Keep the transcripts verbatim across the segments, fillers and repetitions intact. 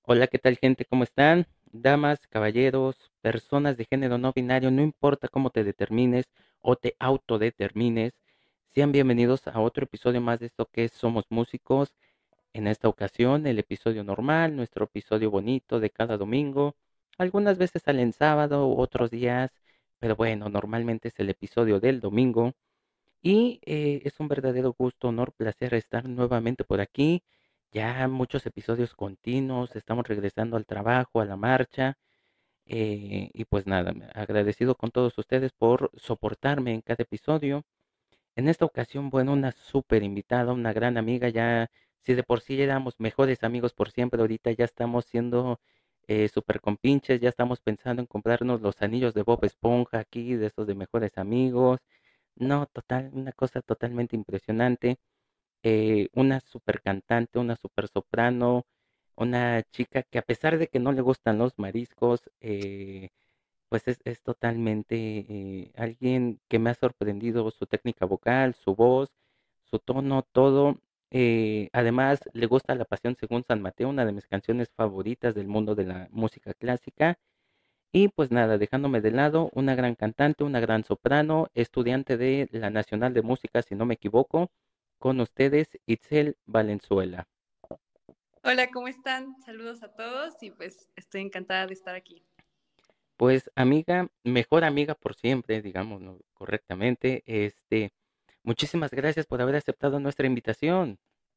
Hola, ¿qué tal gente? ¿Cómo están? Damas, caballeros, personas de género no binario, no importa cómo te determines o te autodetermines, sean bienvenidos a otro episodio más de esto que es Somos Músicos. En esta ocasión, el episodio normal, nuestro episodio bonito de cada domingo. Algunas veces sale en sábado, otros días, pero bueno, normalmente es el episodio del domingo. Y eh, es un verdadero gusto, honor, placer estar nuevamente por aquí. Ya muchos episodios continuos, estamos regresando al trabajo, a la marcha. Eh, y pues nada, me- agradecido con todos ustedes por soportarme en cada episodio. En esta ocasión, bueno, una súper invitada, una gran amiga. Ya, si de por sí éramos mejores amigos por siempre, ahorita ya estamos siendo eh, súper compinches, ya estamos pensando en comprarnos los anillos de Bob Esponja aquí, de esos de mejores amigos. No, total, una cosa totalmente impresionante. Eh, una super cantante, una super soprano, una chica que a pesar de que no le gustan los mariscos, eh, pues es, es totalmente eh, alguien que me ha sorprendido su técnica vocal, su voz, su tono, todo. Eh, además, le gusta La Pasión según San Mateo, una de mis canciones favoritas del mundo de la música clásica. Y pues nada, dejándome de lado, una gran cantante, una gran soprano, estudiante de la Nacional de Música, si no me equivoco, con ustedes, Itzel Valenzuela. Hola, ¿cómo están? Saludos a todos y pues estoy encantada de estar aquí. Pues amiga, mejor amiga por siempre, digámoslo correctamente. Este, muchísimas gracias por haber aceptado nuestra invitación.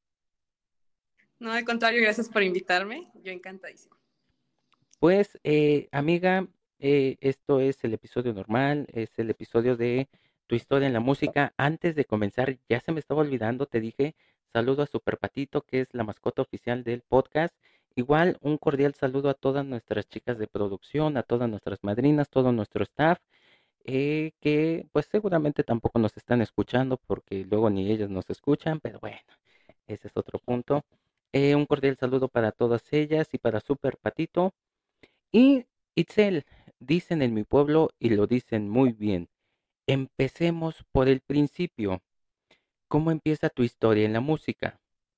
No, al contrario, gracias por invitarme. Yo encantadísima. Pues, eh, amiga, eh, esto es el episodio normal, es el episodio de tu historia en la música. Antes de comenzar, ya se me estaba olvidando, te dije, saludo a Super Patito, que es la mascota oficial del podcast. Igual, un cordial saludo a todas nuestras chicas de producción, a todas nuestras madrinas, todo nuestro staff, eh, que pues seguramente tampoco nos están escuchando porque luego ni ellas nos escuchan, pero bueno, ese es otro punto. Eh, un cordial saludo para todas ellas y para Super Patito. Y Itzel, dicen en mi pueblo y lo dicen muy bien. Empecemos por el principio. ¿Cómo empieza tu historia en la música?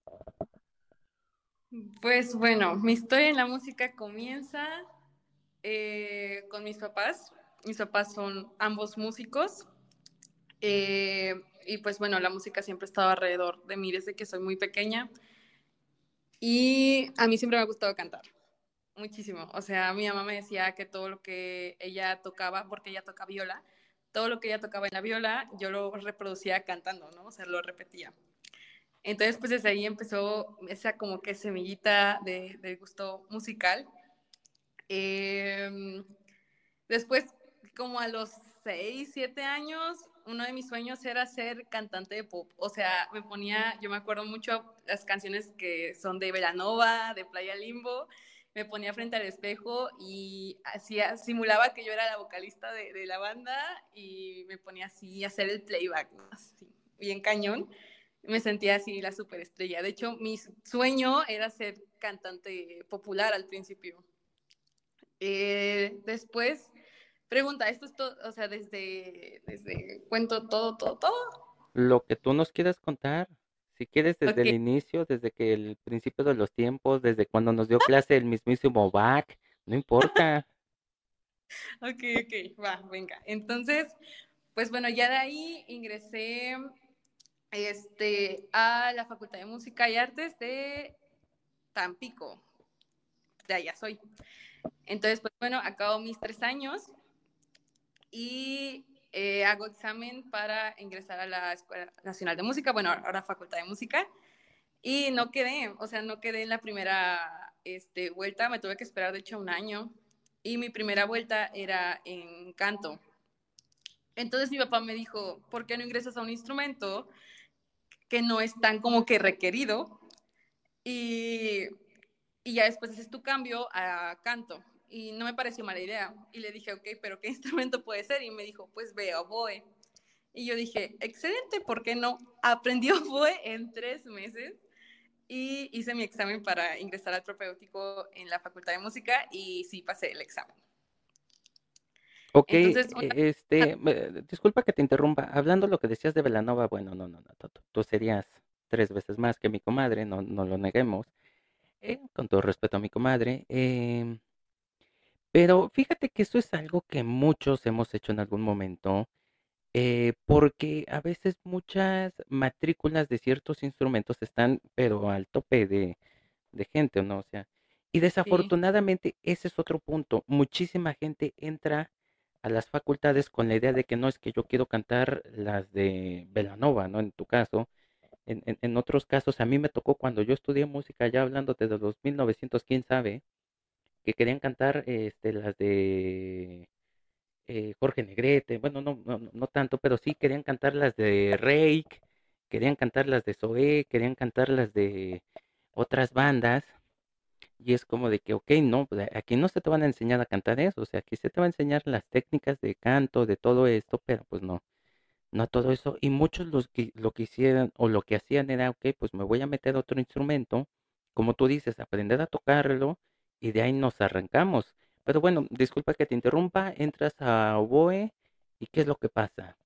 Pues bueno, mi historia en la música comienza eh, con mis papás. Mis papás son ambos músicos. eh, y pues bueno, la música siempre ha estado alrededor de mí desde que soy muy pequeña. Y a mí siempre me ha gustado cantar. Muchísimo. O sea, mi mamá me decía que todo lo que ella tocaba, porque ella toca viola, todo lo que ella tocaba en la viola, yo lo reproducía cantando, ¿no? O sea, lo repetía. Entonces, pues desde ahí empezó esa como que semillita de, de gusto musical. Eh, Después, como a los seis, siete años, uno de mis sueños era ser cantante de pop. O sea, me ponía, yo me acuerdo mucho las canciones que son de Velanova, de Playa Limbo, me ponía frente al espejo y hacía, simulaba que yo era la vocalista de, de la banda y me ponía así a hacer el playback, ¿no? Así, bien cañón. Me sentía así la superestrella. De hecho, mi sueño era ser cantante popular al principio. Eh, después, pregunta, esto es todo, o sea, desde, desde cuento todo, todo, todo. Lo que tú nos quieras contar. Si quieres desde Ok, el inicio, desde que el principio de los tiempos, desde cuando nos dio clase el mismísimo Bach, no importa. ok, ok, va, venga. Entonces, pues bueno, ya de ahí ingresé este, a la Facultad de Música y Artes de Tampico, de allá soy. Entonces, pues bueno, acabo mis tres años y eh, hago examen para ingresar a la Escuela Nacional de Música, bueno, ahora Facultad de Música. Y no quedé, o sea, no quedé en la primera este, vuelta, me tuve que esperar de hecho un año. Y mi primera vuelta era en canto. Entonces mi papá me dijo, ¿por qué no ingresas a un instrumento que no es tan como que requerido? Y, y ya después haces tu cambio a canto. Y no me pareció mala idea. Y le dije, ok, pero ¿qué instrumento puede ser? Y me dijo, pues ve oboe. Y yo dije, excelente, ¿por qué no? Aprendí oboe en tres meses y hice mi examen para ingresar al propedéutico en la Facultad de Música y sí pasé el examen. Ok, e- Entonces, una... este, me- disculpa que te interrumpa. Hablando lo que decías de Belanova, bueno, no, no, no, tú, tú- tú serías tres veces más que mi comadre, no, no lo neguemos. eh, con todo respeto a mi comadre. Em, pero fíjate que eso es algo que muchos hemos hecho en algún momento, eh, porque a veces muchas matrículas de ciertos instrumentos están, pero al tope de, de gente, ¿no? O sea, y Sí, desafortunadamente ese es otro punto. Muchísima gente entra a las facultades con la idea de que no es que yo quiero cantar las de Belanova, ¿no? En tu caso. En, en, en otros casos, a mí me tocó cuando yo estudié música, ya hablándote de los mil novecientos, quién sabe, que querían cantar este, las de eh, Jorge Negrete, bueno, no, no, no no tanto, pero sí querían cantar las de Reik, querían cantar las de Zoé, querían cantar las de otras bandas, y es como de que, ok, no, pues aquí no se te van a enseñar a cantar eso, o sea, aquí se te va a enseñar las técnicas de canto, de todo esto, pero pues no, no todo eso, y muchos los que lo que hicieran o lo que hacían era, ok, pues me voy a meter a otro instrumento, como tú dices, aprender a tocarlo y de ahí nos arrancamos. Pero bueno, disculpa que te interrumpa, entras a oboe y ¿qué es lo que pasa?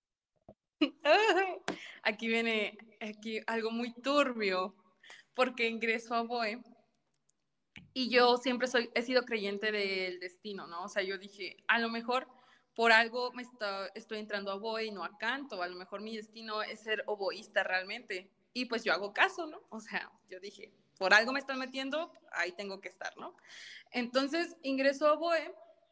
aquí viene aquí algo muy turbio, porque ingreso a Boe y yo siempre soy, he sido creyente del destino, ¿no? O sea, yo dije, a lo mejor por algo me está, estoy entrando a Boe y no a canto, a lo mejor mi destino es ser oboísta realmente. Y pues yo hago caso, ¿no? O sea, yo dije, por algo me están metiendo, ahí tengo que estar, ¿no? Entonces ingreso a Boe,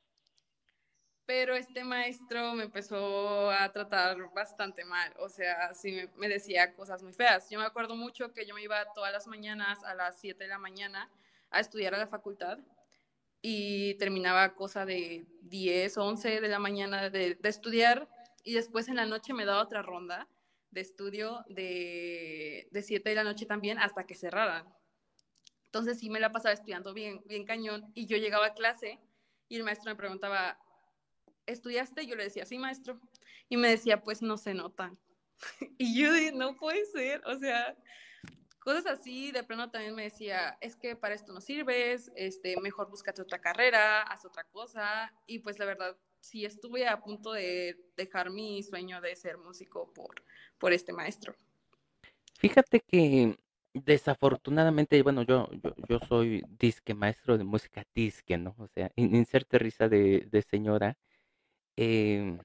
pero este maestro me empezó a tratar bastante mal, o sea, sí me, me decía cosas muy feas. Yo me acuerdo mucho que yo me iba todas las mañanas a las siete de la mañana a estudiar a la facultad y terminaba cosa de diez, once de la mañana de, de estudiar y después en la noche me daba otra ronda de estudio de, de siete de la noche también hasta que cerraran. Entonces sí me la pasaba estudiando bien, bien cañón y yo llegaba a clase y el maestro me preguntaba, ¿estudiaste? Yo le decía, sí, maestro. Y me decía, pues no se nota. Y yo dije, no puede ser, o sea, cosas así, de plano también me decía, es que para esto no sirves, este, mejor búscate otra carrera, haz otra cosa. Y pues la verdad, sí estuve a punto de dejar mi sueño de ser músico por, por este maestro. Fíjate que desafortunadamente, bueno, yo, yo, yo soy disque maestro de música disque, ¿no? O sea, in- inserte risa de, de señora. em,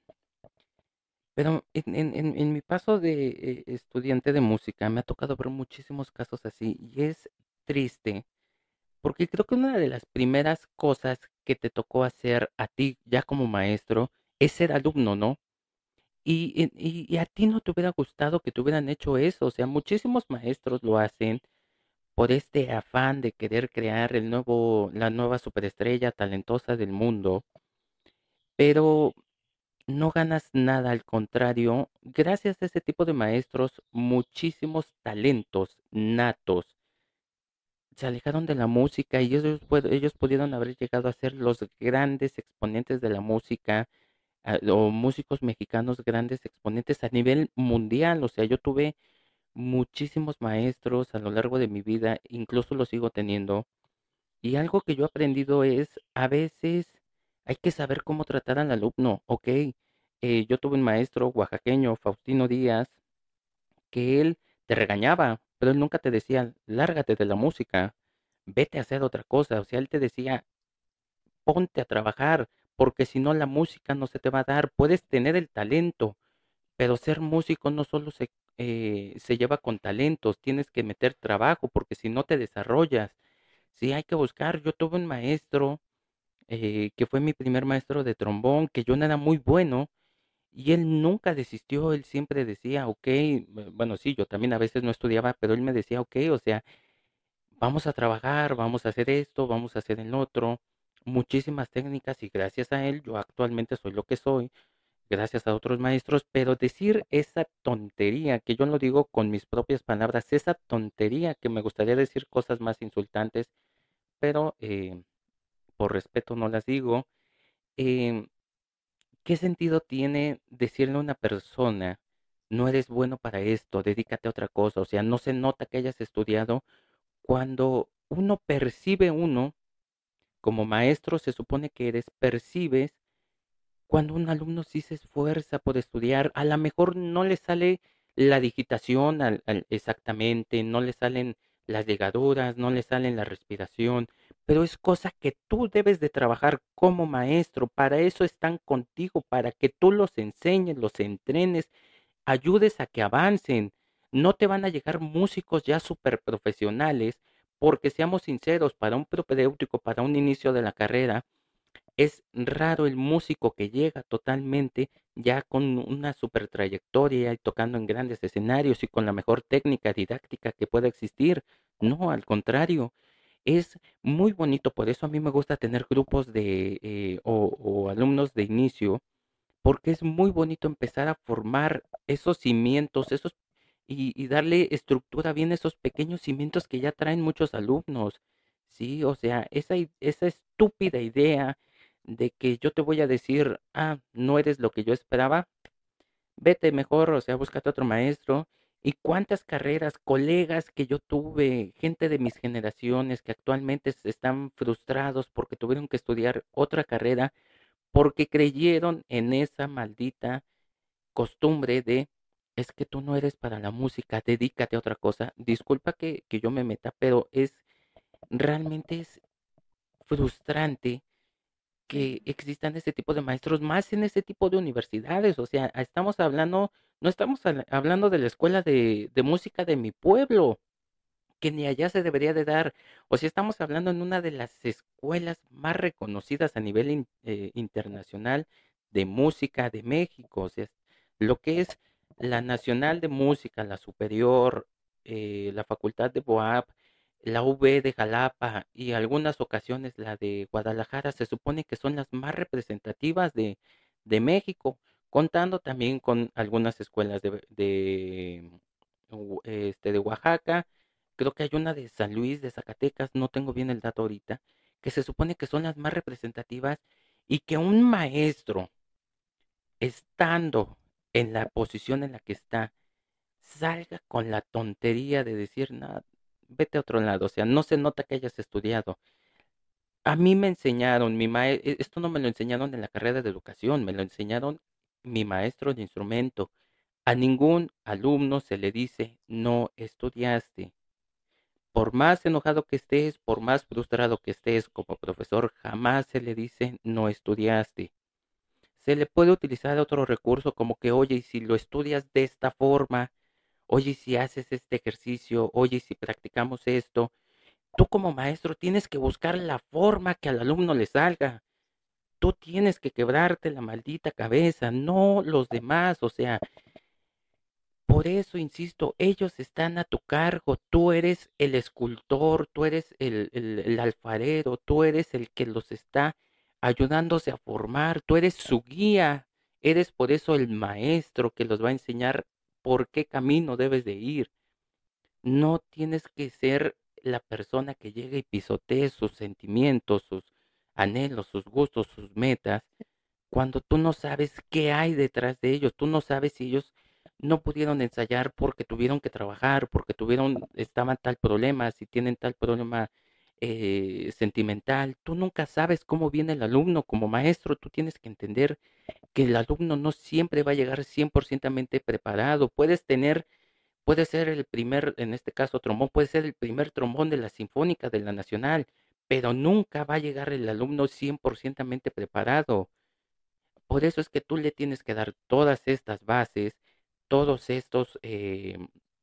Pero en, en, en, en mi paso de eh, estudiante de música me ha tocado ver muchísimos casos así y es triste porque creo que una de las primeras cosas que te tocó hacer a ti ya como maestro es ser alumno, ¿no? Y, y, y- y a ti no te hubiera gustado que te hubieran hecho eso, o sea, muchísimos maestros lo hacen por este afán de querer crear el nuevo, la nueva superestrella talentosa del mundo, pero no ganas nada, al contrario, gracias a ese tipo de maestros, muchísimos talentos natos se alejaron de la música y ellos, pue- ellos pudieron haber llegado a ser los grandes exponentes de la música ah, o músicos mexicanos grandes exponentes a nivel mundial. O sea, yo tuve muchísimos maestros a lo largo de mi vida, incluso los sigo teniendo. Y algo que yo he aprendido es, a veces hay que saber cómo tratar al alumno, ¿ok? Eh, yo tuve un maestro oaxaqueño, Faustino Díaz, que él te regañaba, pero él nunca te decía, lárgate de la música, vete a hacer otra cosa. O sea, él te decía, ponte a trabajar, porque si no la música no se te va a dar. Puedes tener el talento, pero ser músico no solo se, eh, se lleva con talentos, tienes que meter trabajo, porque si no te desarrollas. Sí, hay que buscar. Yo tuve un maestro eh, que fue mi primer maestro de trombón, que yo no era muy bueno, y él nunca desistió, él siempre decía, ok, eh, bueno, sí, yo también a veces no estudiaba, pero él me decía, ok, o sea, vamos a trabajar, vamos a hacer esto, vamos a hacer el otro, muchísimas técnicas y gracias a él yo actualmente soy lo que soy, gracias a otros maestros, pero decir esa tontería, que yo lo digo con mis propias palabras, esa tontería que me gustaría decir cosas más insultantes, pero eh, por respeto no las digo. em, ¿Qué sentido tiene decirle a una persona, no eres bueno para esto, dedícate a otra cosa? O sea, no se nota que hayas estudiado cuando uno percibe uno, como maestro se supone que eres, percibes cuando un alumno sí se esfuerza por estudiar, a lo mejor no le sale la digitación al- al- exactamente, no le salen las ligaduras, no le salen la respiración, pero es cosa que tú debes de trabajar como maestro. Para eso están contigo, para que tú los enseñes, los entrenes, ayudes a que avancen. No te van a llegar músicos ya súper profesionales, porque seamos sinceros, para un propedéutico, para un inicio de la carrera, es raro el músico que llega totalmente ya con una super trayectoria y tocando en grandes escenarios y con la mejor técnica didáctica que pueda existir. No, al contrario, es muy bonito. Por eso a mí me gusta tener grupos de eh, o, o alumnos de inicio, porque es muy bonito empezar a formar esos cimientos, esos y, y darle estructura bien a esos pequeños cimientos que ya traen muchos alumnos. Sí, o sea, esa, i- esa estúpida idea de que yo te voy a decir, ah, no eres lo que yo esperaba, vete mejor, o sea, búscate otro maestro. Y cuántas carreras, colegas que yo tuve, gente de mis generaciones que actualmente s- están frustrados porque tuvieron que estudiar otra carrera porque creyeron en esa maldita costumbre de, es que tú no eres para la música, dedícate a otra cosa. Disculpa que, que yo me meta, pero es realmente es frustrante Sí. que existan ese tipo de maestros, más en ese tipo de universidades. O sea, estamos hablando, no estamos al- hablando de la escuela de, de música de mi pueblo, que ni allá se debería de dar. O sea, estamos hablando en una de las escuelas más reconocidas a nivel in- eh, internacional de música de México. O sea, lo que es la Nacional de Música, la Superior, eh, la Facultad de Boab, la U B de Jalapa y algunas ocasiones la de Guadalajara, se supone que son las más representativas de, de México, contando también con algunas escuelas de, de, u- este, de Oaxaca. Creo que hay una de San Luis, de Zacatecas, no tengo bien el dato ahorita, que se supone que son las más representativas y que un maestro, estando en la posición en la que está, salga con la tontería de decir, nada, vete a otro lado, o sea, no se nota que hayas estudiado. A mí me enseñaron, mi mae- e- esto no me lo enseñaron en la carrera de educación, me lo enseñaron mi maestro de instrumento. A ningún alumno se le dice, no estudiaste. Por más enojado que estés, por más frustrado que estés como profesor, jamás se le dice no estudiaste. Se le puede utilizar otro recurso como que, oye, y si lo estudias de esta forma, oye, y si haces este ejercicio, oye, y si practicamos esto, tú como maestro tienes que buscar la forma que al alumno le salga. Tú tienes que quebrarte la maldita cabeza, no los demás. O sea, por eso, insisto, ellos están a tu cargo, tú eres el escultor, tú eres el, el- el alfarero, tú eres el que los está ayudándose a formar, tú eres su guía, eres por eso el maestro que los va a enseñar por qué camino debes de ir. No tienes que ser la persona que llegue y pisotee sus sentimientos, sus anhelos, sus gustos, sus metas cuando tú no sabes qué hay detrás de ellos, tú no sabes si ellos no pudieron ensayar porque tuvieron que trabajar, porque tuvieron, estaban tal problema, si tienen tal problema eh, sentimental, tú nunca sabes cómo viene el alumno. Como maestro, tú tienes que entender que el alumno no siempre va a llegar cien por ciento preparado. Puedes tener, puede ser el primer, en este caso trombón, puede ser el primer trombón de la Sinfónica de la Nacional, pero nunca va a llegar el alumno cien por ciento preparado. Por eso es que tú le tienes que dar todas estas bases, todos estos, eh,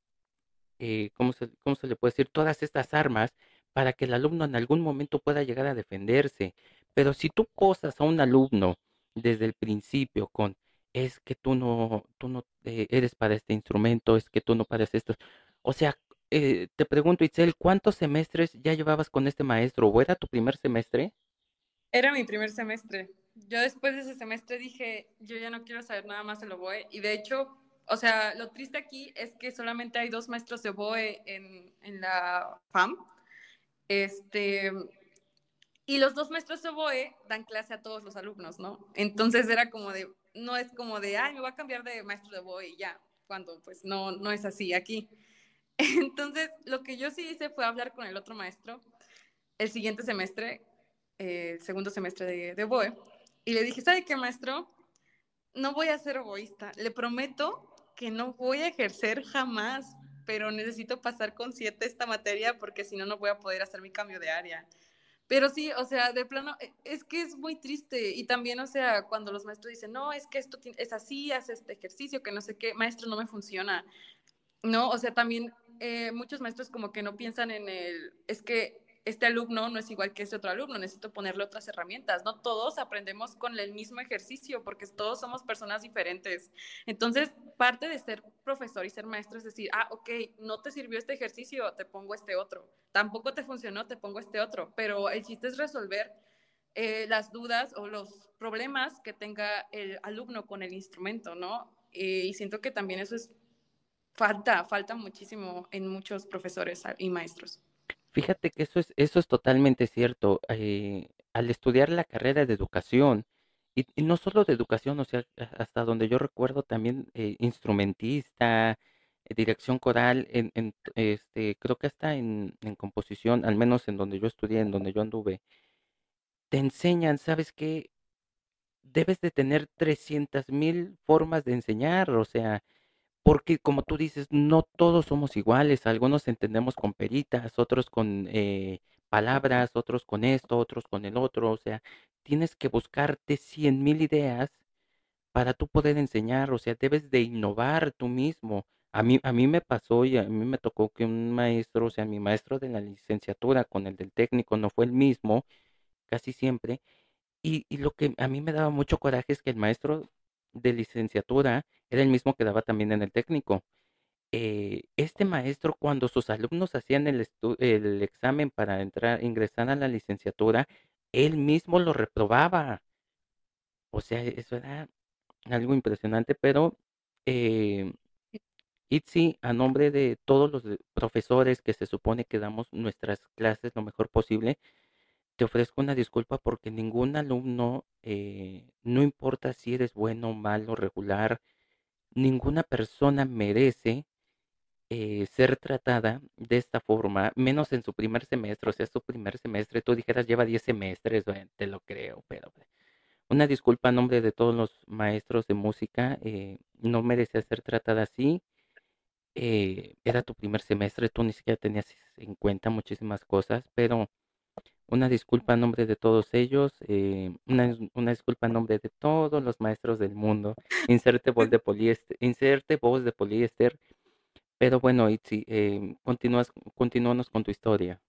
eh, ¿cómo se, cómo se le puede decir? Todas estas armas para que el alumno en algún momento pueda llegar a defenderse. Pero si tú posas a un alumno desde el principio con, es que tú no, tú no eh, eres para este instrumento, es que tú no pares esto. O sea, eh, te pregunto, Itzel, ¿cuántos semestres ya llevabas con este maestro? ¿O era tu primer semestre? Era mi primer semestre. Yo después de ese semestre dije, yo ya no quiero saber nada más del oboe. Y de hecho, o sea, lo triste aquí es que solamente hay dos maestros de oboe en, en la F A M. Este, y los dos maestros de oboe dan clase a todos los alumnos, ¿no? Entonces era como de, no es como de, ay, me voy a cambiar de maestro de oboe y ya, cuando pues no, no es así aquí. Entonces, lo que yo sí hice fue hablar con el otro maestro el siguiente semestre, eh, el segundo semestre de, de oboe, y le dije, ¿sabe qué, maestro? No voy a ser egoísta, le prometo que no voy a ejercer jamás, pero necesito pasar con siete esta materia porque si no, no voy a poder hacer mi cambio de área. Pero sí, o sea, de plano, e- es que es muy triste. Y también, o sea, cuando los maestros dicen, no, es que esto es así, haz este ejercicio, que no sé qué, maestro, no me funciona. No, o sea, también eh, muchos maestros como que no piensan en el, es que este alumno no es igual que este otro alumno, necesito ponerle otras herramientas. No todos aprendemos con el mismo ejercicio porque todos somos personas diferentes. Entonces, parte de ser profesor y ser maestro es decir, ah, ok, no te sirvió este ejercicio, te pongo este otro. Tampoco te funcionó, te pongo este otro. Pero el chiste es resolver eh, las dudas o los problemas que tenga el alumno con el instrumento, ¿no? Eh, y siento que también eso es falta, falta muchísimo en muchos profesores y maestros. Fíjate que eso es, eso es totalmente cierto. Eh, al estudiar la carrera de educación, y, y no solo de educación, o sea, a- hasta donde yo recuerdo también eh, instrumentista, eh, dirección coral, en, en t- este, creo que hasta en, en composición, al menos en donde yo estudié, en donde yo anduve, te enseñan, ¿sabes qué? Debes de tener trescientas mil formas de enseñar, o sea, porque como tú dices, no todos somos iguales, algunos entendemos con peritas, otros con eh, palabras, otros con esto, otros con el otro, o sea, tienes que buscarte cien mil ideas para tú poder enseñar, o sea, debes de innovar tú mismo. A mí, a mí me pasó y a mí me tocó que un maestro, o sea, mi maestro de la licenciatura con el del técnico no fue el mismo, casi siempre, y, y lo que a mí me daba mucho coraje es que el maestro de licenciatura era el mismo que daba también en el técnico. Eh, este maestro, cuando sus alumnos hacían el, estu- el examen para entrar, ingresar a la licenciatura, él mismo lo reprobaba. O sea, eso era algo impresionante, pero eh, Itzi, a nombre de todos los de- profesores que se supone que damos nuestras clases lo mejor posible, te ofrezco una disculpa porque ningún alumno, eh, no importa si eres bueno, malo, regular, ninguna persona merece eh, ser tratada de esta forma, menos en su primer semestre, o sea, su primer semestre, tú dijeras lleva diez semestres, bueno, te lo creo, pero pues, una disculpa a nombre de todos los maestros de música, eh, no merecía ser tratada así, eh, era tu primer semestre, tú ni siquiera tenías en cuenta muchísimas cosas, pero una disculpa a nombre de todos ellos, eh, una, una disculpa a nombre de todos los maestros del mundo, inserte voz de poliéster, inserte voz de poliéster, pero bueno, Itzi, eh, continúas, continúanos con tu historia.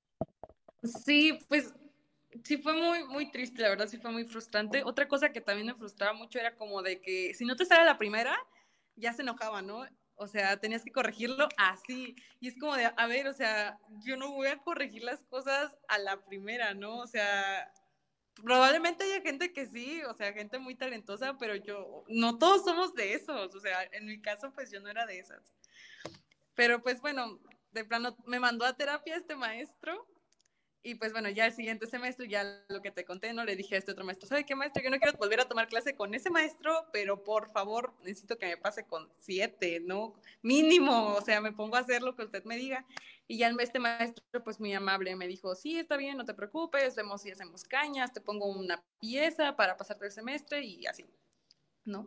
Sí, pues sí fue muy, muy triste, la verdad, sí fue muy frustrante. Otra cosa que también me frustraba mucho era como de que si no te sale la primera, ya se enojaba, ¿no? O sea, tenías que corregirlo así. Y es como de, a ver, o sea, yo no voy a corregir las cosas a la primera, ¿no? O sea, probablemente haya gente que sí, o sea, gente muy talentosa, pero yo, no todos somos de esos. O sea, en mi caso, pues yo no era de esas. Pero pues bueno, de plano me mandó a terapia este maestro y pues bueno, ya el siguiente semestre, ya lo que te conté, ¿no? Le dije a este otro maestro, ¿sabe qué maestro? Yo no quiero volver a tomar clase con ese maestro, pero por favor, necesito que me pase con siete, ¿no? Mínimo, o sea, me pongo a hacer lo que usted me diga. Y ya este maestro, pues muy amable, me dijo, sí, está bien, no te preocupes, vemos si hacemos cañas, te pongo una pieza para pasarte el semestre y así, ¿no?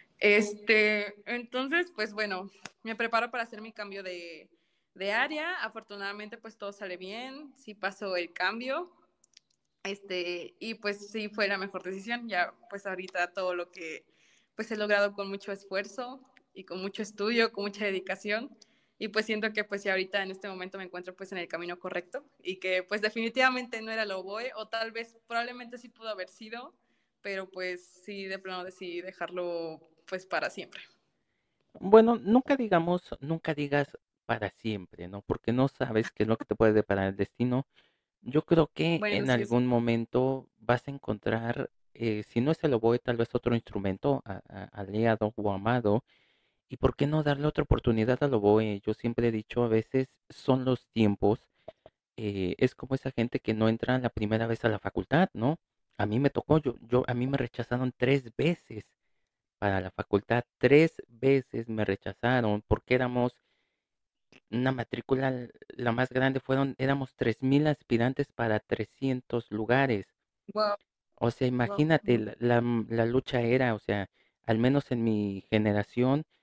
Este, entonces, pues bueno, me preparo para hacer mi cambio de, de área. Afortunadamente, pues todo sale bien, sí pasó el cambio. Este, y pues sí fue la mejor decisión. Ya, pues ahorita todo lo que pues he logrado con mucho esfuerzo y con mucho estudio, con mucha dedicación. Y pues siento que pues ya ahorita en este momento me encuentro pues en el camino correcto y que pues definitivamente no era lo oboe o tal vez probablemente sí pudo haber sido, pero pues sí de plano decidí dejarlo pues para siempre. Bueno, nunca digamos, nunca digas para siempre, ¿no? Porque no sabes qué es lo que te puede deparar el destino. Yo creo que Bueno, en sí es. algún momento vas a encontrar, eh, si no es el oboe, tal vez otro instrumento a- a- aliado o amado. ¿Y por qué no darle otra oportunidad al oboe? Yo siempre he dicho, a veces son los tiempos. Eh, es como esa gente que no entra la primera vez a la facultad, ¿no? A mí me tocó, yo, yo, a mí me rechazaron tres veces para la facultad, tres veces me rechazaron porque éramos una matrícula, la más grande fueron, éramos tres mil aspirantes para trescientos lugares. Wow, O sea, wow. imagínate, Uh-huh. la, la, la lucha era, o sea, al menos en mi generación,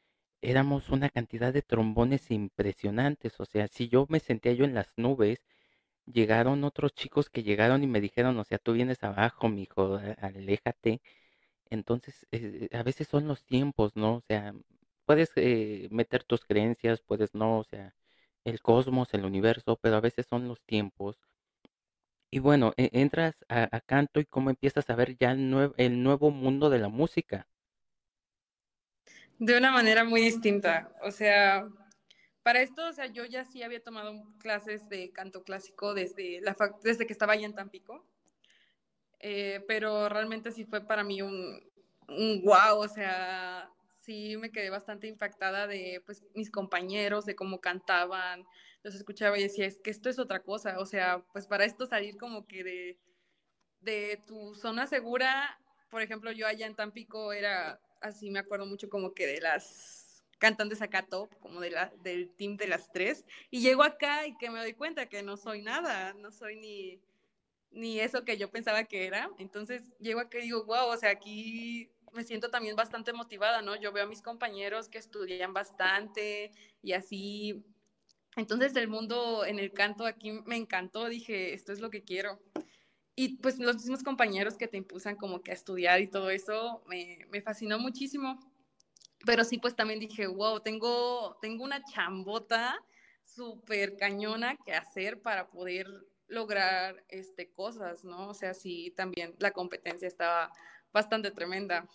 éramos una cantidad de trombones impresionantes, o sea, si yo me sentía yo en las nubes, llegaron otros chicos que llegaron y me dijeron, o sea, tú vienes abajo, mijo, a- aléjate. Entonces, eh, a veces son los tiempos, ¿no? O sea, puedes eh, meter tus creencias, puedes no, o sea, el cosmos, el universo, pero a veces son los tiempos. Y bueno, e- entras a, a canto y cómo empiezas a ver ya el, nue- el nuevo mundo de la música. De una manera muy distinta. O sea, para esto, o sea, yo ya sí había tomado clases de canto clásico desde, la fac- desde que estaba allá en Tampico, eh, pero realmente sí fue para mí un, un wow, o sea, sí me quedé bastante impactada de pues mis compañeros, de cómo cantaban, los escuchaba y decía, es que esto es otra cosa, o sea, pues para esto salir como que de, de tu zona segura, por ejemplo, yo allá en Tampico era así, me acuerdo mucho como que de las cantantes acá top, como de la, del team de las tres, y llego acá y que me doy cuenta que no soy nada, no soy ni, ni eso que yo pensaba que era. Entonces llego acá y digo, wow, o sea, aquí me siento también bastante motivada, ¿no? Yo veo a mis compañeros que estudian bastante y así. Entonces el mundo en el canto aquí me encantó, dije, esto es lo que quiero. Y pues los mismos compañeros que te impulsan como que a estudiar y todo eso, me, me fascinó muchísimo. Pero sí, pues también dije, wow, tengo, tengo una chambota súper cañona que hacer para poder lograr este, cosas, ¿no? O sea, sí, también la competencia estaba bastante tremenda.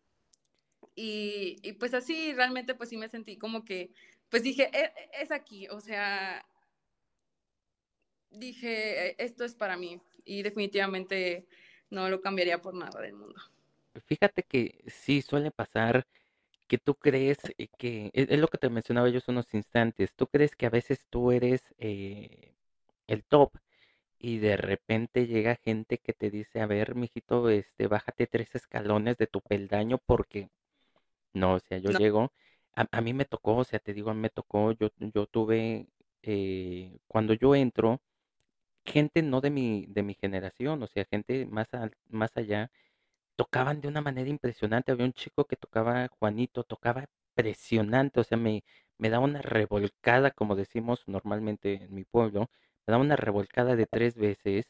Y, y pues así, realmente, pues sí me sentí como que, pues dije, "E- es aquí, o sea, dije, "E- esto es para mí y definitivamente no lo cambiaría por nada del mundo. Fíjate que sí suele pasar que tú crees eh, que, es, es lo que te mencionaba yo hace unos instantes, tú crees que a veces tú eres eh, el top y de repente llega gente que te dice, a ver, mijito, este, bájate tres escalones de tu peldaño porque no, o sea, yo No, llego, a, a mí me tocó, o sea, te digo, a mí me tocó, yo, yo tuve, eh, cuando yo entro, gente no de mi, de mi generación, o sea, gente más, al- más allá, tocaban de una manera impresionante. Había un chico que tocaba, Juanito, tocaba impresionante, o sea, me, me daba una revolcada, como decimos normalmente en mi pueblo, me daba una revolcada de tres veces.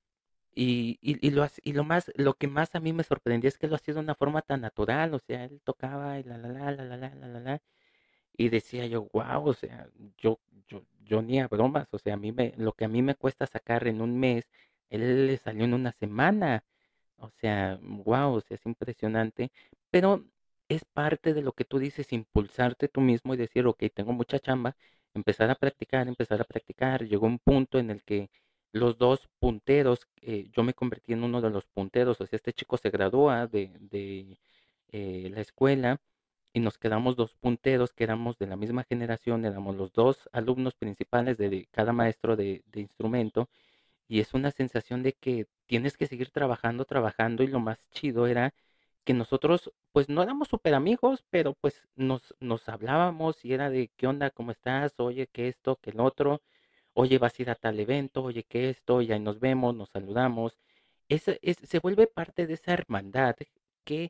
Y, y, y lo, hace- y lo más, lo que más a mí me sorprendía es que lo hacía de una forma tan natural, o sea, él tocaba y la la la la la la la la la, y decía yo, wow, o sea, yo, yo, yo ni a bromas, o sea, a mí me, lo que a mí me cuesta sacar en un mes, él le salió en una semana. O sea, wow, o sea, es impresionante, pero es parte de lo que tú dices, impulsarte tú mismo y decir, ok, tengo mucha chamba, empezar a practicar, empezar a practicar. Llegó un punto en el que los dos punteros, eh, yo me convertí en uno de los punteros, o sea, este chico se gradúa de, de eh, la escuela y nos quedamos dos punteros que éramos de la misma generación, éramos los dos alumnos principales de, de cada maestro de, de instrumento y es una sensación de que tienes que seguir trabajando, trabajando y lo más chido era que nosotros pues no éramos súper amigos, pero pues nos, nos hablábamos y era de qué onda, cómo estás, oye, que esto, que el otro, oye, vas a ir a tal evento, oye, que esto, y ahí nos vemos, nos saludamos. Es, es, se vuelve parte de esa hermandad que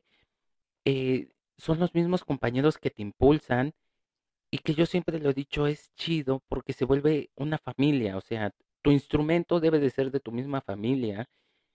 eh, son los mismos compañeros que te impulsan y que yo siempre lo he dicho, es chido porque se vuelve una familia, o sea, tu instrumento debe de ser de tu misma familia,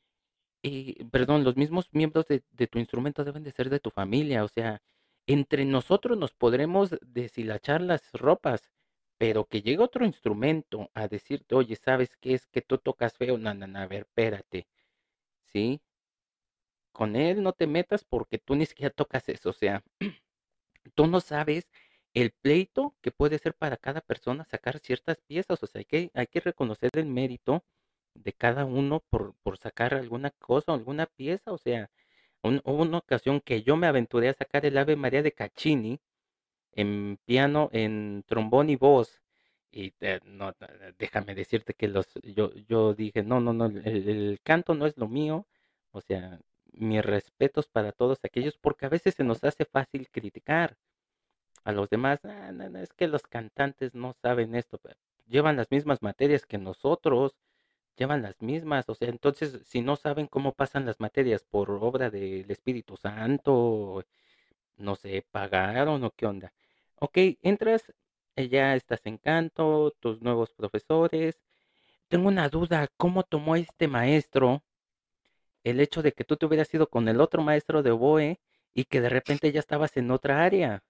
y, perdón, los mismos miembros de, de tu instrumento deben de ser de tu familia, o sea, entre nosotros nos podremos deshilachar las ropas, pero que llegue otro instrumento a decirte, oye, ¿sabes qué es que tú tocas feo? No, no, no, a ver, espérate, ¿sí? Con él no te metas porque tú ni siquiera tocas eso, o sea, tú no sabes el pleito que puede ser para cada persona sacar ciertas piezas, o sea, hay que, hay que reconocer el mérito de cada uno por, por sacar alguna cosa, alguna pieza, o sea, un- hubo una ocasión que yo me aventuré a sacar el Ave María de Caccini en piano, en trombón y voz, y eh, no, eh, déjame decirte que los, yo, yo dije, no, no, no, el, el canto no es lo mío, o sea, mis respetos para todos aquellos, porque a veces se nos hace fácil criticar a los demás, "Ah, no, no, es que los cantantes no saben esto, pero llevan las mismas materias que nosotros, llevan las mismas, o sea, entonces si no saben cómo pasan las materias por obra del Espíritu Santo, no sé, pagaron o qué onda. Ok, entras, eh, ya estás en canto, tus nuevos profesores. Tengo una duda, ¿cómo tomó este maestro el hecho de que tú te hubieras ido con el otro maestro de oboe y que de repente ya estabas en otra área?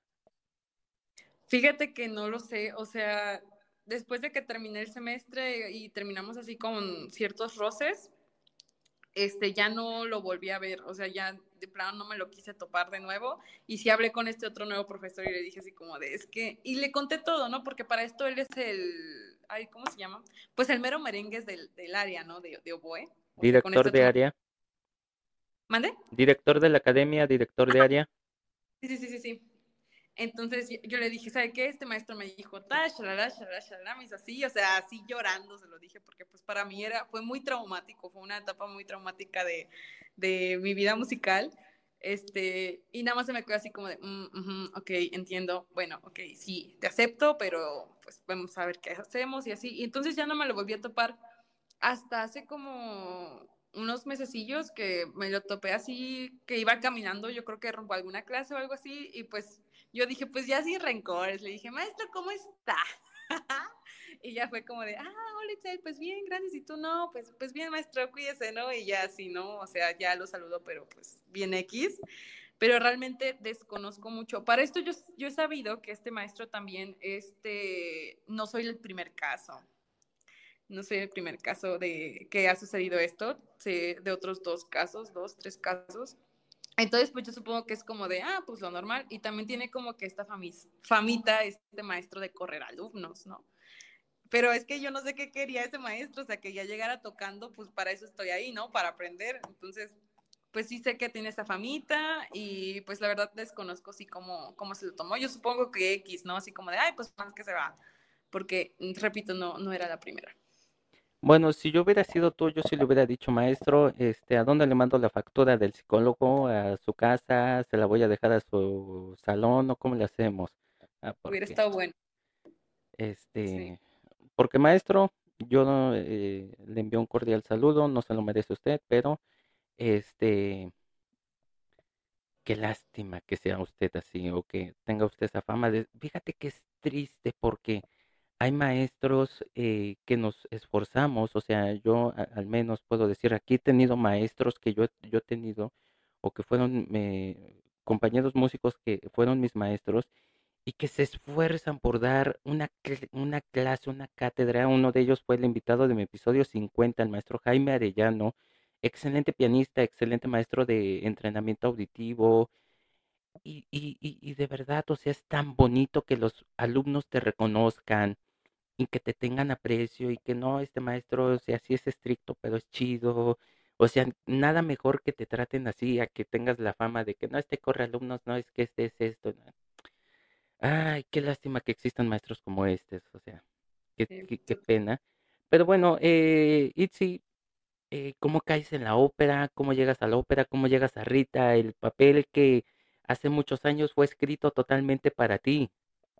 Fíjate que no lo sé, o sea, después de que terminé el semestre y terminamos así con ciertos roces, este, ya no lo volví a ver, o sea, ya de plano no me lo quise topar de nuevo, y sí hablé con este otro nuevo profesor y le dije así como de, es que, y le conté todo, ¿no? Porque para esto él es el, ay, ¿cómo se llama? Pues el mero merengues del, del área, ¿no? De, de oboe, o sea, con Director este de otro, área, ¿mande? director de la academia, director de área. Sí, sí, sí, sí, sí. Entonces yo le dije, ¿sabe qué? Este maestro me dijo, ta, shalala, shalala, shalala, me hizo así, o sea, así llorando se lo dije, porque pues para mí era, fue muy traumático, fue una etapa muy traumática de, de mi vida musical, este, y nada más se me quedó así como de, mm, uh-huh, ok, entiendo, bueno, ok, sí, te acepto, pero pues vamos a ver qué hacemos y así, y entonces ya no me lo volví a topar hasta hace como unos mesecillos que me lo topé así, que iba caminando, yo creo que rumbo a alguna clase o algo así, y pues yo dije, pues ya sin rencores, le dije, maestro, ¿cómo está? Y ya fue como de, ah, hola Itzel, pues bien, gracias, y tú no, pues, pues bien, maestro, cuídese, ¿no? Y ya así, ¿no? O sea, ya lo saludo, pero pues bien X, pero realmente desconozco mucho. Para esto yo, yo he sabido que este maestro también, este, no soy el primer caso, no soy el primer caso de que ha sucedido esto, sé de otros dos casos, dos, tres casos. Entonces, pues yo supongo que es como de, ah, pues lo normal. Y también tiene como que esta famis, famita, este maestro de correr alumnos, ¿no? Pero es que yo no sé qué quería ese maestro, o sea, que ya llegara tocando, pues para eso estoy ahí, ¿no? Para aprender. Entonces, pues sí sé que tiene esa famita y pues la verdad desconozco sí cómo, cómo se lo tomó. Yo supongo que X, ¿no? Así como de, ay, pues más que se va. Porque, repito, no, no era la primera. Bueno, si yo hubiera sido tú, yo sí le hubiera dicho, maestro, este, ¿a dónde le mando la factura del psicólogo? ¿A su casa? ¿Se la voy a dejar a su salón o cómo le hacemos? Ah, Hubiera porque, estado bueno. Sí. este, porque maestro, yo no, eh, le envío un cordial saludo, no se lo merece usted, pero, este, qué lástima que sea usted así o que tenga usted esa fama de, fíjate que es triste porque hay maestros eh, que nos esforzamos, o sea, yo a- al menos puedo decir, aquí he tenido maestros que yo, he- yo he tenido o que fueron eh, compañeros músicos que fueron mis maestros y que se esfuerzan por dar una, cl- una clase, una cátedra. Uno de ellos fue el invitado de mi episodio cincuenta, el maestro Jaime Arellano, excelente pianista, excelente maestro de entrenamiento auditivo. Y, y, y, y de verdad, o sea, es tan bonito que los alumnos te reconozcan y que te tengan aprecio y que no, este maestro, o sea, sí es estricto, pero es chido. O sea, nada mejor que te traten así, a que tengas la fama de que no, este corre alumnos, no, es que este es esto. ¿No? Ay, qué lástima que existan maestros como estos, o sea, qué, Sí, qué, qué pena. Pero bueno, eh, Itzi, eh, ¿cómo caes en la ópera? ¿Cómo llegas a la ópera? ¿Cómo llegas a Rita? El papel que hace muchos años fue escrito totalmente para ti.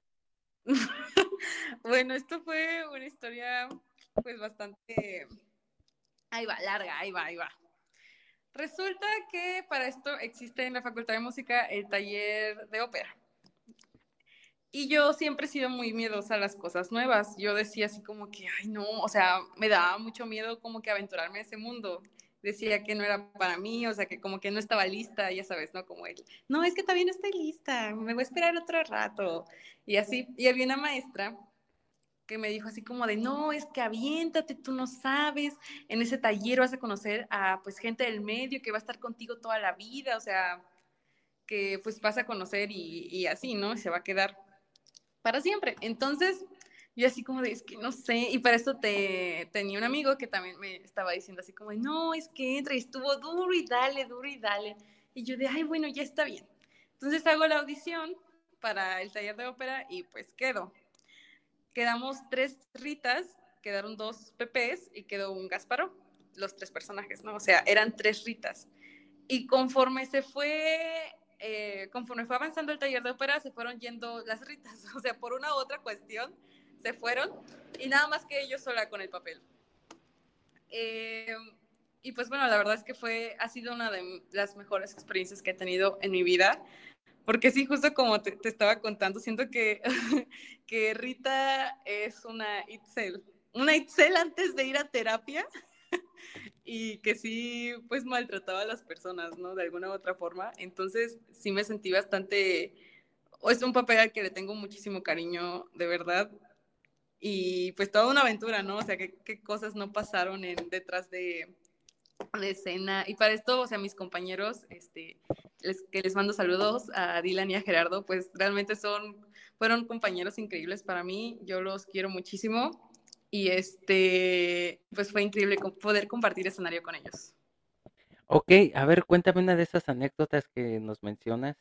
bueno, esto fue una historia pues bastante, ahí va, larga, ahí va, ahí va. Resulta que para esto existe en la Facultad de Música el taller de ópera. Y yo siempre he sido muy miedosa a las cosas nuevas. Yo decía así como que, ay no, o sea, me daba mucho miedo como que aventurarme a ese mundo. Decía que no era para mí, o sea, que como que no estaba lista, ya sabes, ¿no? Como él, no, es que todavía no estoy lista, me voy a esperar otro rato. Y así, y había una maestra que me dijo así como de, no, es que aviéntate, tú no sabes, en ese taller vas a conocer a pues gente del medio que va a estar contigo toda la vida, o sea, que pues vas a conocer y, y así, ¿no? Y se va a quedar para siempre. Entonces, yo así como de, es que no sé, y para eso te, tenía un amigo que también me estaba diciendo así como de, no, es que entra y estuvo duro y dale, duro y dale. Y yo de, ay, bueno, ya está bien. Entonces hago la audición para el taller de ópera y pues quedo. Quedamos tres Ritas, quedaron dos Pepes y quedó un Gasparo, los tres personajes, ¿no? O sea, eran tres Ritas. Y conforme se fue, eh, conforme fue avanzando el taller de ópera, se fueron yendo las Ritas, o sea, por una u otra cuestión, se fueron y nada más que yo sola con el papel. Eh, y pues bueno, la verdad es que fue, ha sido una de las mejores experiencias que he tenido en mi vida, Porque sí, justo como te, te estaba contando, siento que, que Rita es una Itzel, una Itzel antes de ir a terapia y que sí, pues maltrataba a las personas, ¿no? De alguna u otra forma. Entonces sí me sentí bastante, o es un papel al que le tengo muchísimo cariño, de verdad. Y pues toda una aventura, ¿no? O sea, qué, qué cosas no pasaron en, detrás de, de escena. Y para esto, o sea, mis compañeros, este, les, que les mando saludos a Dylan y a Gerardo, pues realmente son, fueron compañeros increíbles para mí. Yo los quiero muchísimo. Y este, pues fue increíble poder compartir escenario con ellos. Ok, a ver, cuéntame una de esas anécdotas que nos mencionas.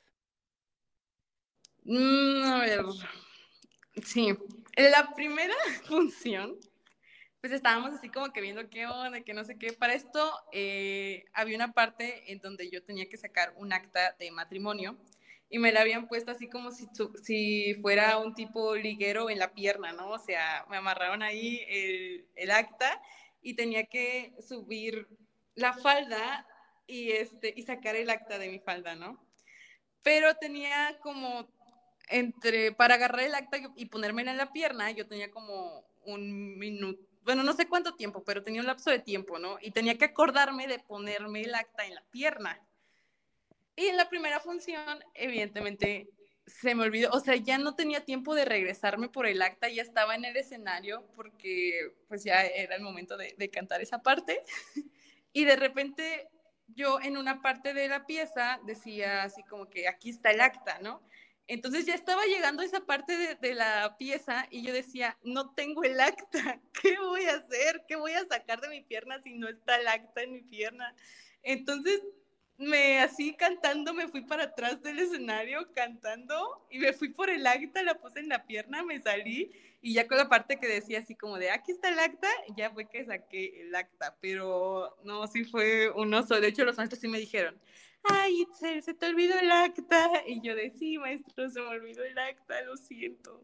Mm, a ver, sí, en la primera función, pues estábamos así como que viendo qué onda, que no sé qué. Para esto eh, había una parte en donde yo tenía que sacar un acta de matrimonio y me la habían puesto así como si, si fuera un tipo liguero en la pierna, ¿no? O sea, me amarraron ahí el, el acta y tenía que subir la falda y, este, y sacar el acta de mi falda, ¿no? Pero tenía como entre, para agarrar el acta y ponérmela en la pierna, yo tenía como un minuto, bueno, no sé cuánto tiempo, pero tenía un lapso de tiempo, ¿no? Y tenía que acordarme de ponerme el acta en la pierna. Y en la primera función, evidentemente, se me olvidó, o sea, ya no tenía tiempo de regresarme por el acta, ya estaba en el escenario porque pues ya era el momento de, de cantar esa parte. Y de repente yo en una parte de la pieza decía así como que aquí está el acta, ¿no? Entonces ya estaba llegando esa parte de, de la pieza y yo decía, no tengo el acta, ¿qué voy a hacer? ¿Qué voy a sacar de mi pierna si no está el acta en mi pierna? Entonces me así cantando, me fui para atrás del escenario cantando y me fui por el acta, la puse en la pierna, me salí y ya con la parte que decía así como de aquí está el acta, ya fue que saqué el acta, pero no, sí fue un oso. De hecho, los maestros sí me dijeron, ay, Itzel, se te olvidó el acta. Y yo de sí, maestro, se me olvidó el acta, lo siento.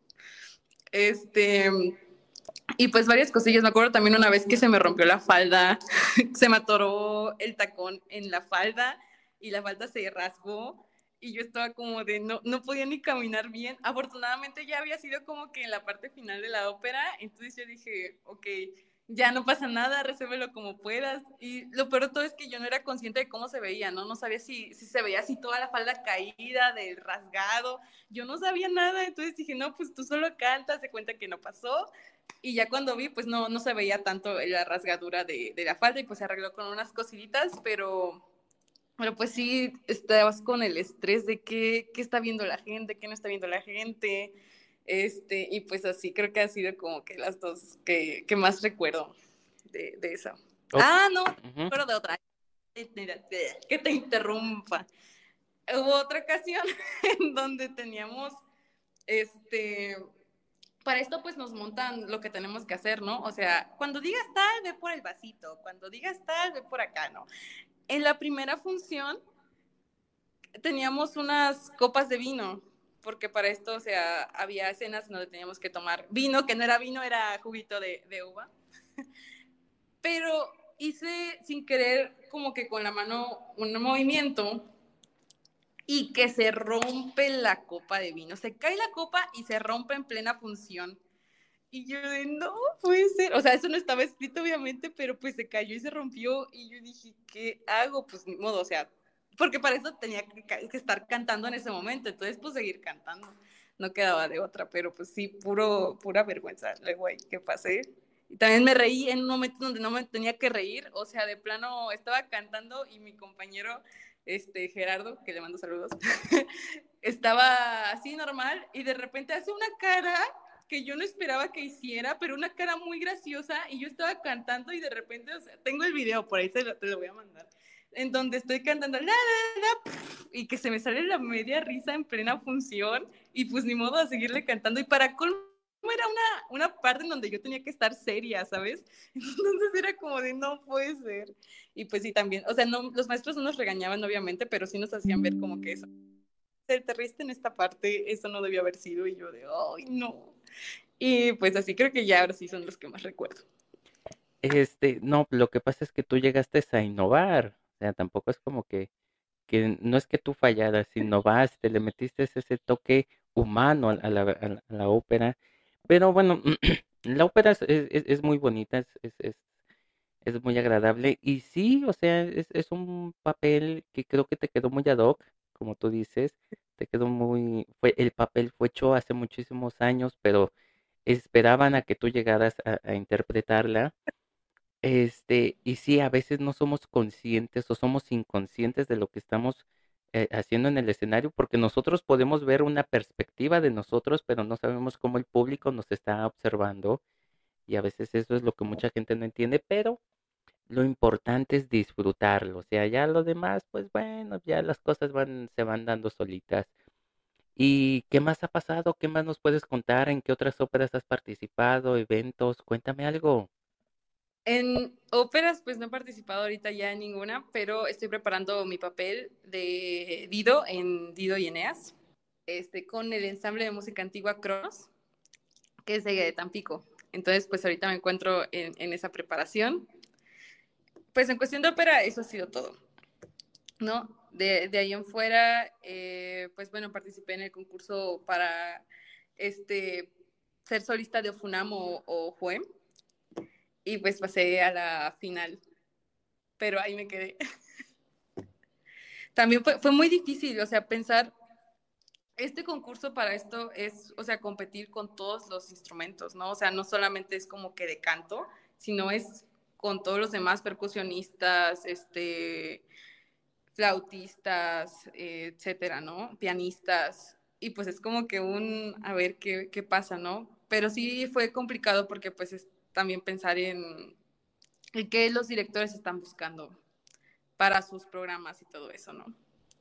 Este, y pues varias cosillas. Me acuerdo también una vez que se me rompió la falda, se me atoró el tacón en la falda y la falda se rasgó y yo estaba como de no, no podía ni caminar bien. Afortunadamente ya había sido como que en la parte final de la ópera, entonces yo dije, ok, ya no pasa nada, resuélvelo como puedas. Y lo peor de todo es que yo no era consciente de cómo se veía, ¿no? No sabía si, si se veía así toda la falda caída, del rasgado. Yo no sabía nada, entonces dije, no, pues tú solo cantas, se cuenta que no pasó. Y ya cuando vi, pues no, no se veía tanto la rasgadura de, de la falda y pues se arregló con unas cositas, pero, pero pues sí, estabas con el estrés de qué, qué está viendo la gente, qué no está viendo la gente, este, y pues así creo que ha sido como que las dos que, que más recuerdo de, de eso. Ok, Ah, no, ujú. recuerdo de otra, que te interrumpa. Hubo otra ocasión en donde teníamos, este, para esto pues nos montan lo que tenemos que hacer, ¿no? O sea, cuando digas tal, ve por el vasito, cuando digas tal, ve por acá, ¿no? En la primera función teníamos unas copas de vino, porque para esto, o sea, había escenas donde teníamos que tomar vino, que no era vino, era juguito de, de uva, pero hice sin querer como que con la mano un movimiento y que se rompe la copa de vino, se cae la copa y se rompe en plena función. Y yo de, no, puede ser. O sea, eso no estaba escrito, obviamente, pero pues se cayó y se rompió. Y yo dije, ¿qué hago? Pues ni modo, o sea, porque para eso tenía que, que estar cantando en ese momento. Entonces, pues seguir cantando. No quedaba de otra, pero pues sí, puro, pura vergüenza, luego ahí que pasé. Y también me reí en un momento donde no me tenía que reír. O sea, de plano estaba cantando y mi compañero, este, Gerardo, que le mando saludos, estaba así normal y de repente hace una cara que yo no esperaba que hiciera, pero una cara muy graciosa y yo estaba cantando y de repente, o sea, tengo el video, por ahí te lo, te lo voy a mandar, en donde estoy cantando la, la, la, pf, y que se me sale la media risa en plena función y pues ni modo a seguirle cantando y para colmo era una, una parte en donde yo tenía que estar seria, ¿sabes? Entonces era como de no puede ser. Y pues sí, también, o sea, no, los maestros no nos regañaban obviamente, pero sí nos hacían ver como que eso te riste en esta parte, eso no debió haber sido, y yo de, ay, no. Y pues así creo que ya ahora sí son los que más recuerdo. Este, no, lo que pasa es que tú llegaste a innovar, o sea, tampoco es como que que no es que tú fallaras, sino vas, te le metiste ese toque humano a, a la, a la- a la ópera. Pero bueno, la ópera es, es- es- es muy bonita, es, es, es, es muy agradable. Y sí, o sea, es, es un papel que creo que te quedó muy ad hoc, como tú dices, te quedó muy, fue, el papel fue hecho hace muchísimos años, pero esperaban a que tú llegaras a, a interpretarla. Este, y sí, a veces no somos conscientes o somos inconscientes de lo que estamos eh, haciendo en el escenario, porque nosotros podemos ver una perspectiva de nosotros, pero no sabemos cómo el público nos está observando. Y a veces eso es lo que mucha gente no entiende, pero lo importante es disfrutarlo. O sea, ya lo demás, pues bueno, ya las cosas van, se van dando solitas. ¿Y qué más ha pasado? ¿Qué más nos puedes contar? ¿En qué otras óperas has participado? ¿Eventos? Cuéntame algo. En óperas, pues no he participado ahorita ya en ninguna, pero estoy preparando mi papel de Dido en Dido y Eneas, este, con el ensamble de música antigua Cronos, que es de Tampico. Entonces, pues ahorita me encuentro en, en esa preparación. Pues en cuestión de ópera, eso ha sido todo, ¿no? De, de ahí en fuera, eh, pues bueno, participé en el concurso para este, ser solista de Ofunam o, o Juem, y pues pasé a la final, pero ahí me quedé. También fue, fue muy difícil, o sea, pensar, este concurso para esto es, o sea, competir con todos los instrumentos, ¿no? O sea, no solamente es como que de canto, sino es con todos los demás percusionistas, este, flautistas, eh, etcétera, ¿no? Pianistas. Y pues es como que un, a ver qué, qué pasa, ¿no? Pero sí fue complicado porque pues es también pensar en, en qué los directores están buscando para sus programas y todo eso, ¿no?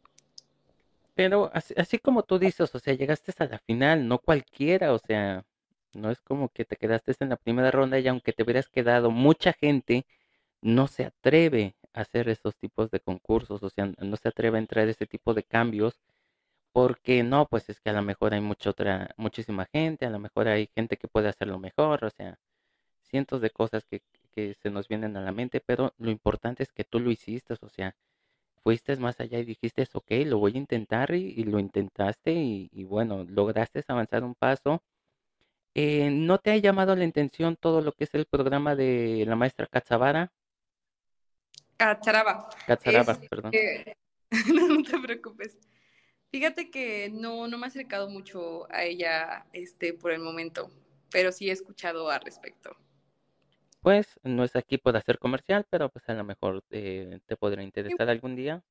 Pero así, así como tú dices, o sea, llegaste hasta la final, no cualquiera, o sea, no es como que te quedaste en la primera ronda y aunque te hubieras quedado, mucha gente no se atreve a hacer esos tipos de concursos, o sea, no se atreve a entrar a ese tipo de cambios porque no, pues es que a lo mejor hay mucha otra, muchísima gente, a lo mejor hay gente que puede hacerlo mejor, o sea, cientos de cosas que, que se nos vienen a la mente, pero lo importante es que tú lo hiciste, o sea, fuiste más allá y dijiste, ok, lo voy a intentar y, y lo intentaste y, y bueno, lograste avanzar un paso. Eh, ¿no te ha llamado la atención todo lo que es el programa de la maestra Katsabara? Ah, Charaba. Katsaraba, Es, perdón. eh, no, no te preocupes. Fíjate que no, no me he acercado mucho a ella este, por el momento, pero sí he escuchado al respecto. Pues no es aquí por hacer comercial, pero pues a lo mejor eh, te podrá interesar algún día.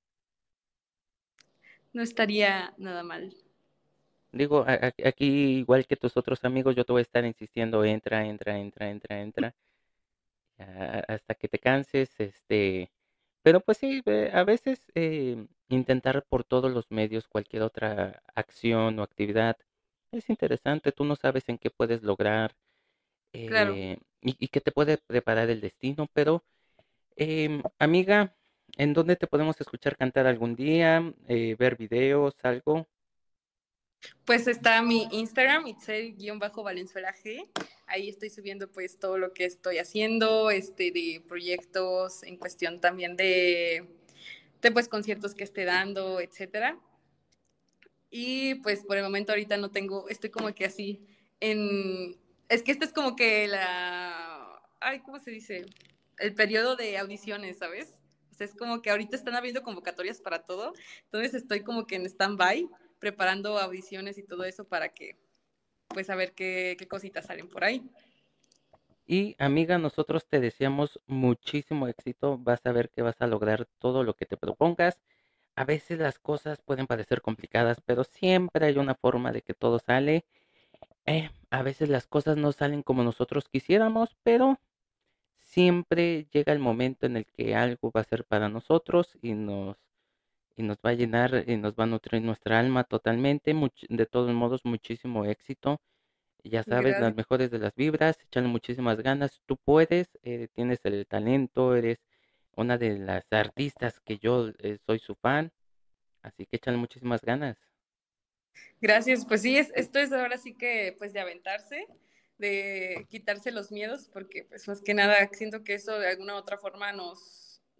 No estaría nada mal. Digo, a- a- aquí igual que tus otros amigos, yo te voy a estar insistiendo, entra, entra, entra, entra, entra, a- hasta que te canses, este, pero pues sí, eh, a veces eh, intentar por todos los medios cualquier otra acción o actividad es interesante, tú no sabes en qué puedes lograr Claro. eh, y, y qué te puede preparar el destino, pero em, amiga, ¿en dónde te podemos escuchar cantar algún día, eh, ver videos, algo? Pues está mi Instagram, itzel-valenzuela G. Ahí estoy subiendo pues todo lo que estoy haciendo, este, de proyectos en cuestión también de, de pues conciertos que esté dando, etcétera. Y pues por el momento ahorita no tengo, estoy como que así en, es que este es como que la, ay, ¿cómo se dice? El periodo de audiciones, ¿sabes? O sea, es como que ahorita están habiendo convocatorias para todo, entonces estoy como que en stand-by, preparando audiciones y todo eso para que, pues, a ver qué, qué cositas salen por ahí. Y amiga, nosotros te deseamos muchísimo éxito. Vas a ver que vas a lograr todo lo que te propongas. A veces las cosas pueden parecer complicadas, pero siempre hay una forma de que todo sale. Eh, a veces las cosas no salen como nosotros quisiéramos, pero siempre llega el momento en el que algo va a ser para nosotros y nos, y nos va a llenar y nos va a nutrir nuestra alma totalmente. Much- de todos modos, muchísimo éxito. Ya sabes, las Gracias. mejores de las vibras, echarle muchísimas ganas. Tú puedes, eh, tienes el talento, eres una de las artistas que yo eh, soy su fan, así que échale muchísimas ganas. Gracias, pues sí, es, esto es ahora sí que pues de aventarse, de quitarse los miedos, porque pues más que nada siento que eso de alguna u otra forma nos,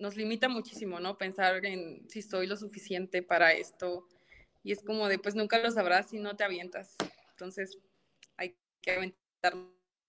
nos limita muchísimo, ¿no? Pensar en si soy lo suficiente para esto. Y es como de, pues nunca lo sabrás si no te avientas. Entonces, hay que aventarnos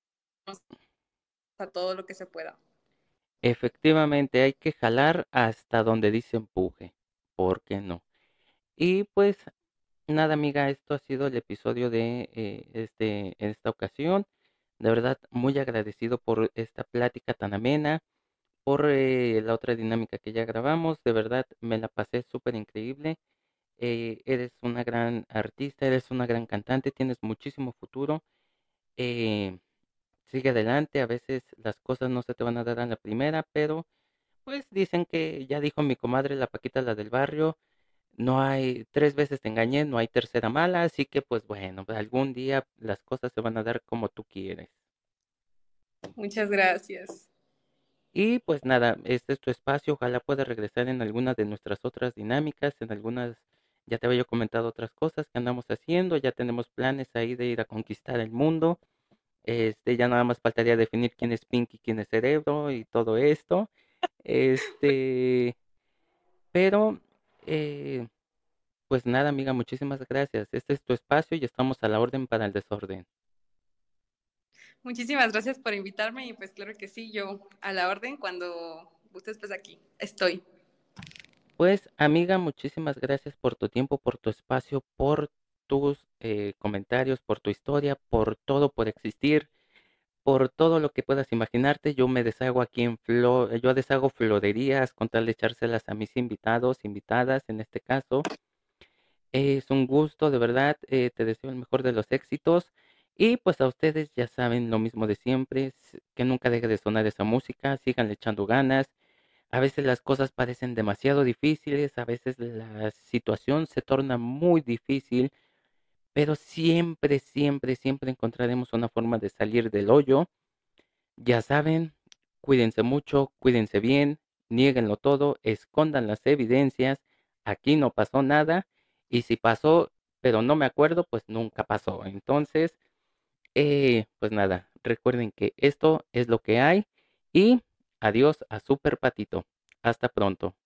a todo lo que se pueda. Efectivamente, hay que jalar hasta donde dice empuje. ¿Por qué no? Y pues nada, amiga, esto ha sido el episodio de eh, este, en esta ocasión. De verdad, muy agradecido por esta plática tan amena, por eh, la otra dinámica que ya grabamos. De verdad, me la pasé súper increíble. Eh, eres una gran artista, eres una gran cantante, tienes muchísimo futuro. Eh, Sigue adelante, a veces las cosas no se te van a dar a la primera, pero pues dicen que ya dijo mi comadre la Paquita, la del barrio, no hay, tres veces te engañé, no hay tercera mala, así que pues bueno, pues, algún día las cosas se van a dar como tú quieres. Muchas gracias. Y pues nada, este es tu espacio, ojalá puedas regresar en alguna de nuestras otras dinámicas, en algunas, ya te había comentado otras cosas que andamos haciendo, ya tenemos planes ahí de ir a conquistar el mundo. Este, ya nada más faltaría definir quién es Pinky, quién es Cerebro y todo esto. Este, pero eh, pues nada, amiga, muchísimas gracias. Este es tu espacio y estamos a la orden para el desorden. Muchísimas gracias por invitarme y pues claro que sí, yo a la orden cuando gustes pues aquí estoy. Pues, amiga, muchísimas gracias por tu tiempo, por tu espacio, por tus eh, comentarios, por tu historia, por todo, por existir, por todo lo que puedas imaginarte. Yo me deshago aquí en flor, yo deshago florerías con tal de echárselas a mis invitados, invitadas en este caso. Es un gusto, de verdad, eh, te deseo el mejor de los éxitos. Y pues a ustedes ya saben lo mismo de siempre, s- que nunca deje de sonar esa música, sigan echando ganas. A veces las cosas parecen demasiado difíciles, a veces la situación se torna muy difícil, pero siempre, siempre, siempre encontraremos una forma de salir del hoyo. Ya saben, cuídense mucho, cuídense bien, niéguenlo todo, escondan las evidencias, aquí no pasó nada, y si pasó, pero no me acuerdo, pues nunca pasó. Entonces, eh, pues nada, recuerden que esto es lo que hay y adiós a Super Patito. Hasta pronto.